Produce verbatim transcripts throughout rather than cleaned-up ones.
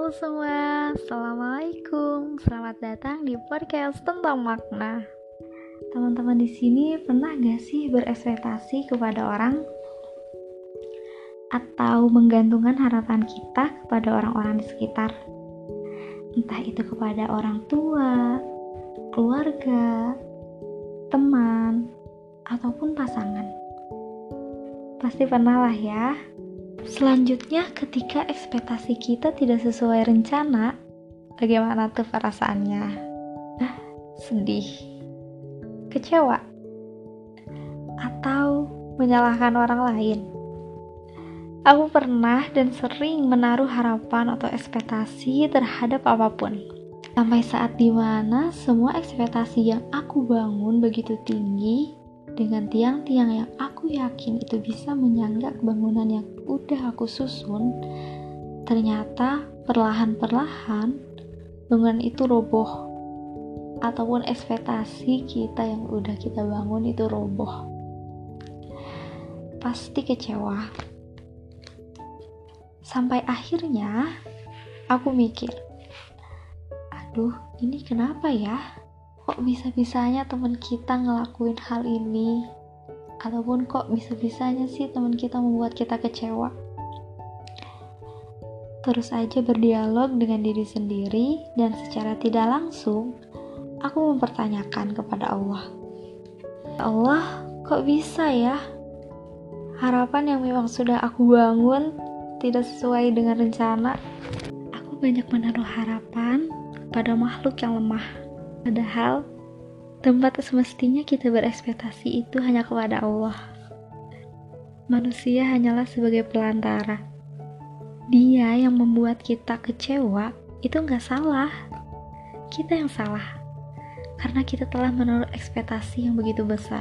Halo semua, Assalamualaikum. Selamat datang di podcast tentang makna. Teman-teman di sini pernah gak sih berekspektasi kepada orang? Atau menggantungkan harapan kita kepada orang-orang di sekitar? Entah itu kepada orang tua, keluarga, teman, ataupun pasangan. Pasti pernah lah ya. Selanjutnya, ketika ekspektasi kita tidak sesuai rencana, bagaimana tuh perasaannya? Sedih, kecewa, atau menyalahkan orang lain? Aku pernah dan sering menaruh harapan atau ekspektasi terhadap apapun. Sampai saat dimana semua ekspektasi yang aku bangun begitu tinggi, dengan tiang-tiang yang aku yakin itu bisa menyangga bangunan yang udah aku susun, ternyata perlahan-perlahan bangunan itu roboh, ataupun ekspektasi kita yang udah kita bangun itu roboh. Pasti kecewa. Sampai akhirnya aku mikir, aduh, ini kenapa ya? Kok bisa-bisanya teman kita ngelakuin hal ini? Ataupun kok bisa-bisanya sih teman kita membuat kita kecewa? Terus aja berdialog dengan diri sendiri, dan secara tidak langsung aku mempertanyakan kepada Allah. Allah, kok bisa ya? Harapan yang memang sudah aku bangun tidak sesuai dengan rencana. Aku banyak menaruh harapan pada makhluk yang lemah. Padahal, tempat semestinya kita berekspektasi itu hanya kepada Allah. Manusia hanyalah sebagai pelantara. Dia yang membuat kita kecewa, itu gak salah. Kita yang salah. Karena kita telah menaruh ekspektasi yang begitu besar.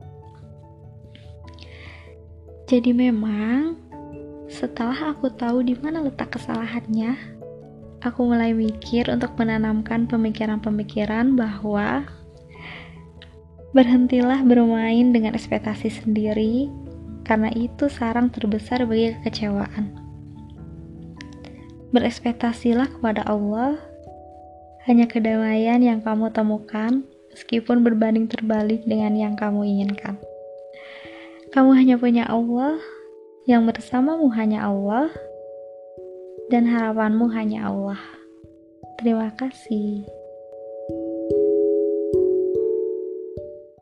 Jadi memang, setelah aku tahu di mana letak kesalahannya, aku mulai mikir untuk menanamkan pemikiran-pemikiran bahwa berhentilah bermain dengan ekspektasi sendiri, karena itu sarang terbesar bagi kekecewaan. Berekspektasilah kepada Allah, hanya kedamaian yang kamu temukan meskipun berbanding terbalik dengan yang kamu inginkan. Kamu hanya punya Allah, yang bersamamu hanya Allah, dan harapanmu hanya Allah. Terima kasih.